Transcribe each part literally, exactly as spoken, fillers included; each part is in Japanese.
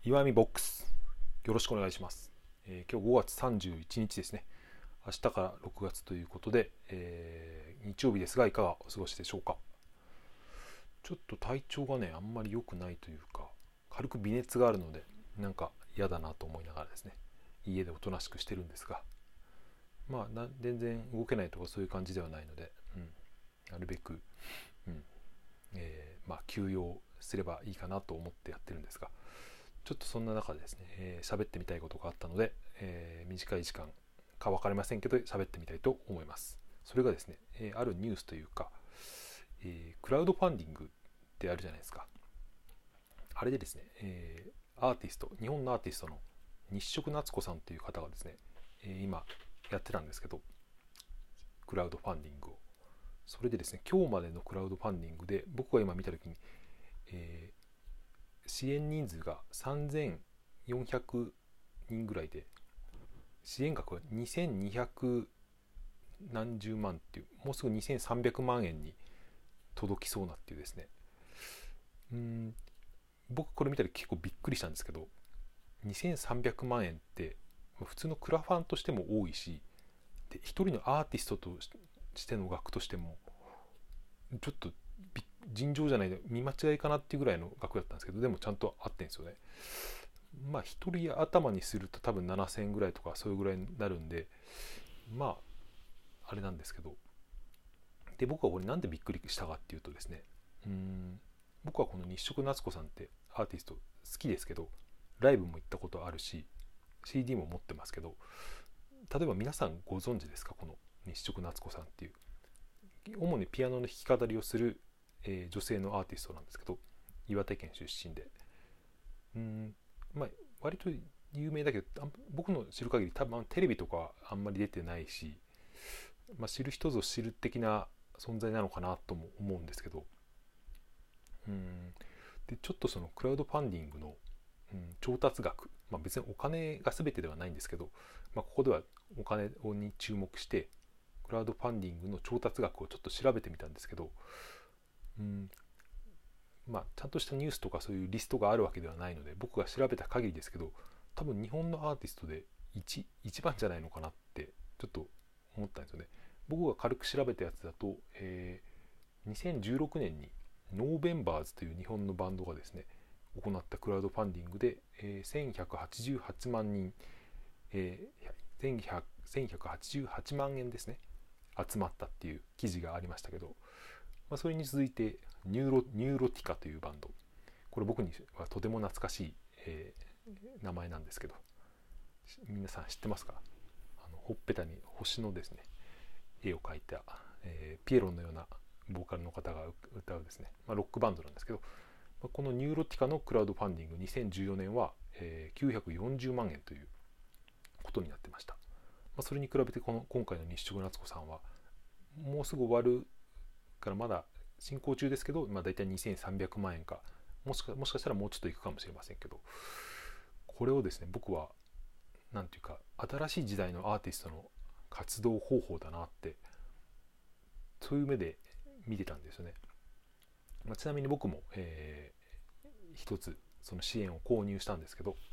岩見ボックス、よろしくお願いします。えー、今日ごがつさんじゅういちにちですね。明日からろくがつということで、えー、日曜日ですがいかがお過ごしでしょうか。ちょっと体調がねあんまり良くないというか、軽く微熱があるのでなんか嫌だなと思いながらですね、家でおとなしくしてるんですが、まあな全然動けないとかそういう感じではないので、うん、なるべく、うんえーまあ、休養すればいいかなと思ってやってるんですが、ちょっとそんな中でですね、えー、喋ってみたいことがあったので、えー、短い時間か分かりませんけど喋ってみたいと思います。それがですね、えー、あるニュースというか、えー、クラウドファンディングってあるじゃないですか。あれでですね、えー、アーティスト日本のアーティストの日食夏子さんという方がですね、えー、今やってたんですけど、クラウドファンディングをそれでですね、今日までのクラウドファンディングで僕が今見たときに、えー支援人数がさんぜんよんひゃくにんぐらいで、支援額はにせんにひゃく何十万っていう、もうすぐにせんさんびゃくまんえんに届きそうなっていうですね、うーん僕これ見たら結構びっくりしたんですけど、にせんさんびゃくまんえんって普通のクラファンとしても多いし、で一人のアーティストとしての額としてもちょっと尋常じゃない、見間違いかなっていうぐらいの額だったんですけど、でもちゃんと合ってんですよね。まあ一人頭にすると多分ななせんえんぐらいとかそういうぐらいになるんで、まああれなんですけど、で僕はこれなんでびっくりしたかっていうとですね、うーん僕はこの日食夏子さんってアーティスト好きですけど、ライブも行ったことあるし シーディー も持ってますけど、例えば皆さんご存知ですか、この日食夏子さんっていう、主にピアノの弾き語りをする、えー女性のアーティストなんですけど、岩手県出身で、うーんまあ割と有名だけど、僕の知る限り多分テレビとかあんまり出てないし、まあ、知る人ぞ知る的な存在なのかなとも思うんですけど、うーんでちょっとそのクラウドファンディングの、うん、調達額、まあ、別にお金が全てではないんですけど、まあ、ここではお金に注目してクラウドファンディングの調達額をちょっと調べてみたんですけど、うんまあ、ちゃんとしたニュースとかそういうリストがあるわけではないので、僕が調べた限りですけど、多分日本のアーティストで 1, 一番じゃないのかなってちょっと思ったんですよね。僕が軽く調べたやつだと、えーにせんじゅうろくねんにノーベンバーズという日本のバンドがですね行ったクラウドファンディングで、えー、せんひゃくはちじゅうはちまんにん、えー、せんひゃくはちじゅうはちまんえんですね集まったっていう記事がありましたけど、まあ、それに続いてニューロニューロティカというバンド、これ僕にはとても懐かしい、えー名前なんですけど、皆さん知ってますか？あのほっぺたに星のですね絵を描いた、えーピエロンのようなボーカルの方が歌うですね、まあ、ロックバンドなんですけど、まあ、このニューロティカのクラウドファンディングにせんじゅうよねんは、えーきゅうひゃくよんじゅうまんえんということになってました。まあ、それに比べてこの今回の日食夏子さんはもうすぐ終わるからまだ進行中ですけど、まあ、大体にせんさんびゃくまんえんか、もしかもしかしたらもうちょっといくかもしれませんけど、これをですね僕はなんていうか新しい時代のアーティストの活動方法だなって、そういう目で見てたんですよね。まあ、ちなみに僕も、えー、一つその支援を購入したんですけど、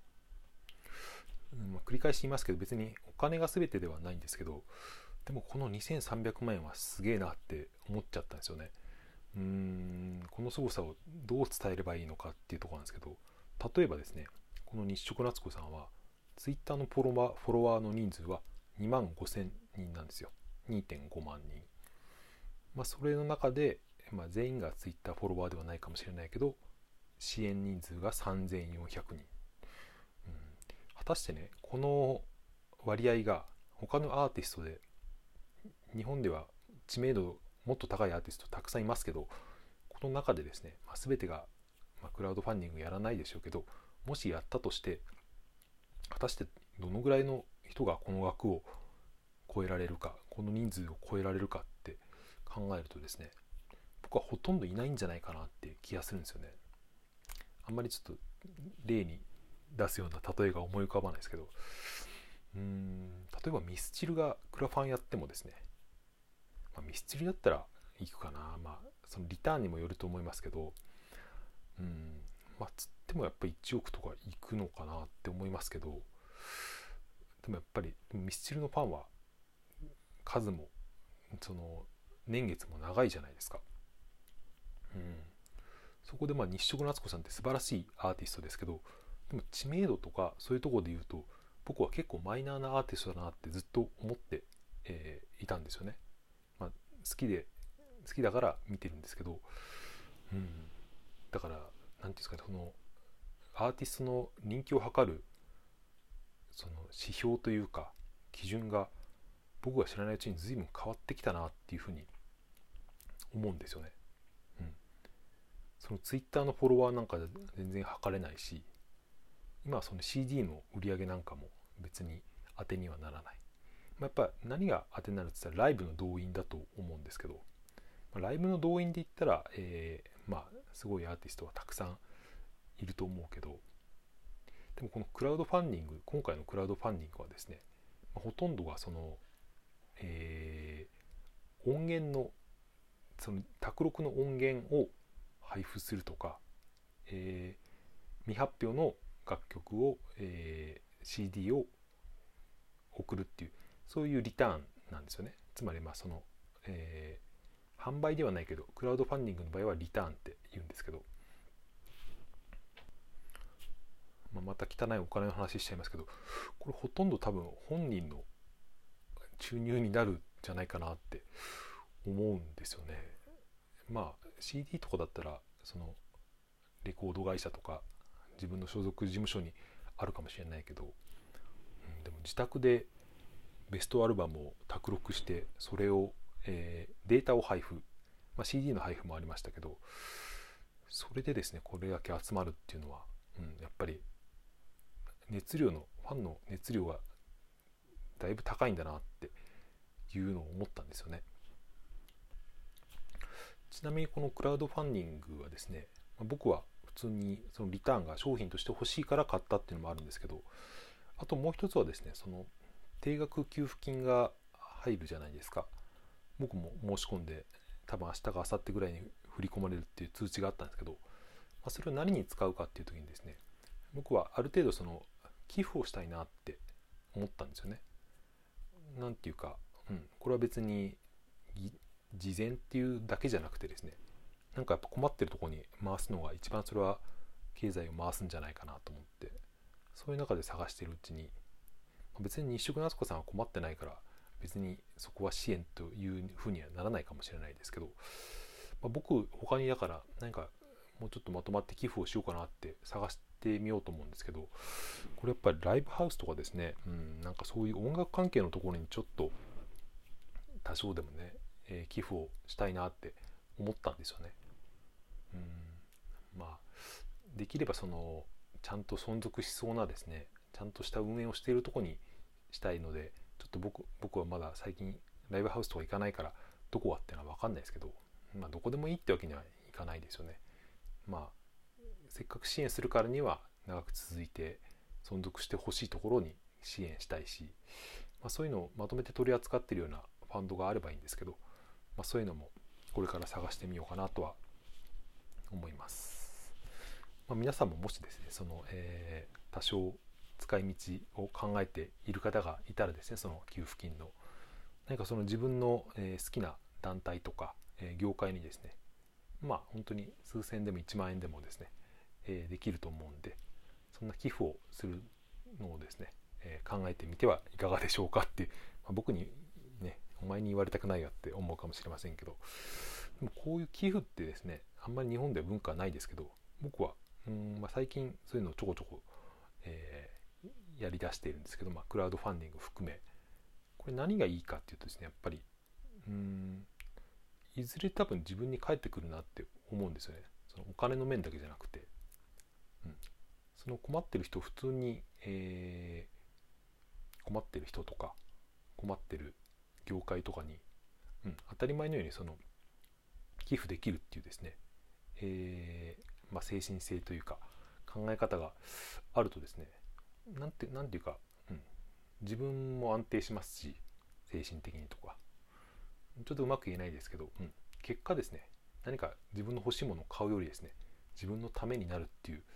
うんまあ、繰り返し言いますけど別にお金が全てではないんですけど、でもこのにせんさんびゃくまんえんはすげえなって思っちゃったんですよね。うーんこの凄さをどう伝えればいいのかっていうところなんですけど、例えばですね、この日食夏子さんはツイッターのフォロワーフォロワーの人数はにまんごせんにんなんですよ。にてんごまんにん。まあそれの中で、まあ、全員がツイッターフォロワーではないかもしれないけど、支援人数がさんぜんよんひゃくにん、うん、果たしてねこの割合が他のアーティストで、日本では知名度もっと高いアーティストたくさんいますけど、この中でですね、まあ、全てが、まあ、クラウドファンディングやらないでしょうけど、もしやったとして果たしてどのぐらいの人がこの額を超えられるか、この人数を超えられるかって考えるとですね、僕はほとんどいないんじゃないかなって気がするんですよね。あんまりちょっと例に出すような例えが思い浮かばないですけど、うーん例えばミスチルがクラファンやってもですね、まあ、ミスチルだったら行くかな、まあそのリターンにもよると思いますけど、うんまあつってもやっぱりいちおくとかいくのかなって思いますけど、でもやっぱりミスチルのファンは数もその年月も長いじゃないですか。うん、そこでまあ日食夏子さんって素晴らしいアーティストですけど、でも知名度とかそういうところで言うと僕は結構マイナーなアーティストだなってずっと思って、えー、いたんですよね。まあ、好きで好きだから見てるんですけど、うん、だからなんていうんですかね、そのアーティストの人気を測るその指標というか基準が僕が知らないうちに随分変わってきたなっていうふうに思うんですよね。うん、そのツイッターのフォロワーなんかで全然測れないし、今はその シーディー の売り上げなんかも別に当てにはならない。まあ、やっぱ何が当てになるって言ったらライブの動員だと思うんですけど、まあ、ライブの動員で言ったら、えー、まあすごいアーティストはたくさんいると思うけど、でもこのクラウドファンディング、今回のクラウドファンディングはですね、まあ、ほとんどがその、えー、音源のその卓録の音源を配布するとか、えー、未発表の楽曲を、えー、シーディー を送るっていう、そういうリターンなんですよね。つまりまあその、えー、販売ではないけどクラウドファンディングの場合はリターンって言うんですけど、まあ、また汚いお金の話しちゃいますけど、これほとんど多分本人の収入になるんじゃないかなって思うんですよね。まあ シーディー とかだったらそのレコード会社とか自分の所属事務所にあるかもしれないけど、うん、でも自宅でベストアルバムを卓録してそれを、えー、データを配布、まあ、シーディー の配布もありましたけど、それでですねこれだけ集まるっていうのは、うん、やっぱり熱量のファンの熱量がだいぶ高いんだなっていうのを思ったんですよね。ちなみにこのクラウドファンディングはですね、僕は普通にそのリターンが商品として欲しいから買ったっていうのもあるんですけど、あともう一つはですね、その定額給付金が入るじゃないですか。僕も申し込んで多分明日か明後日ぐらいに振り込まれるっていう通知があったんですけど、まあ、それを何に使うかっていう時にですね、僕はある程度その寄付をしたいなって思ったんですよね。なんていうか、うん、これは別に事前っていうだけじゃなくてですね、なんかやっぱ困ってるところに回すのが一番それは経済を回すんじゃないかなと思って、そういう中で探しているうちに、別に日食夏子さんは困ってないから別にそこは支援というふうにはならないかもしれないですけど、まあ、僕他にだから何かもうちょっとまとまって寄付をしようかなって探してみようと思うんですけど、これやっぱりライブハウスとかですね、うん、なんかそういう音楽関係のところにちょっと多少でもね、えー、寄付をしたいなって思ったんですよね。うん、まあできればそのちゃんと存続しそうなですね、ちゃんとした運営をしているところにしたいので、ちょっと僕僕はまだ最近ライブハウスとか行かないからどこはっていうのは分かんないですけど、まあ、どこでもいいってわけにはいかないですよね。まあせっかく支援するからには長く続いて存続してほしいところに支援したいし、まあ、そういうのをまとめて取り扱っているようなファンドがあればいいんですけど、まあ、そういうのもこれから探してみようかなとは思います。まあ、皆さんももしですねその、えー、多少使い道を考えている方がいたらですね、その給付金の何かその自分の、えー、好きな団体とか、えー、業界にですね、まあ本当に数千円でもいちまん円でもですね、えー、できると思うんで、そんな寄付をするのをですね、えー、考えてみてはいかがでしょうかっていう、まあ、僕にねお前に言われたくないよって思うかもしれませんけど、でもこういう寄付ってですねあんまり日本では文化はないですけど、僕はうん、まあ、最近そういうのをちょこちょこ、えー、やりだしているんですけど、まあ、クラウドファンディング含め、これ何がいいかっていうとですね、やっぱりうーんいずれ多分自分に返ってくるなって思うんですよね。そのお金の面だけじゃなくて、うん、その困ってる人、普通に、えー、困ってる人とか困ってる業界とかに、うん、当たり前のようにその寄付できるっていうですね、えーまあ、精神性というか考え方があるとですね、なんてなんていうか、うん、自分も安定しますし、精神的にとかちょっとうまく言えないですけど、うん、結果ですね、何か自分の欲しいものを買うよりですね、自分のためになるっていう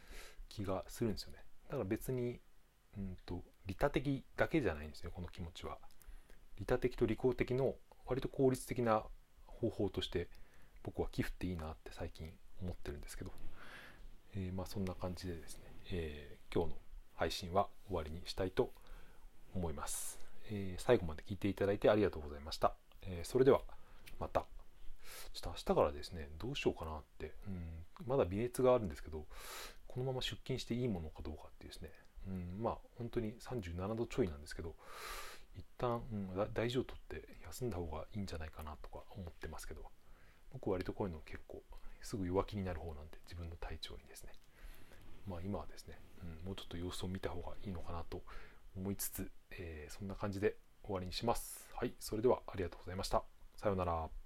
気がするんですよね。だから別にうんと利他的だけじゃないんですよ、この気持ちは。利他的と利己的の割と効率的な方法として僕は寄付っていいなって最近思ってるんですけど、えー、まあそんな感じでですね、えー、今日の配信は終わりにしたいと思います。えー、最後まで聞いていただいてありがとうございました。えー、それではまた。ちょっと明日からですね、どうしようかなって、うん、まだ微熱があるんですけど、このまま出勤していいものかどうかっていうですね、うん、まあ本当にさんじゅうななどちょいなんですけど、一旦、うん、大事をとって休んだ方がいいんじゃないかなとか思ってますけど、僕割とこういうの結構すぐ弱気になる方なんで、自分の体調にですね、まあ今はですね、うん、もうちょっと様子を見た方がいいのかなと思いつつ、えー、そんな感じで終わりにします。はい、それではありがとうございました。さようなら。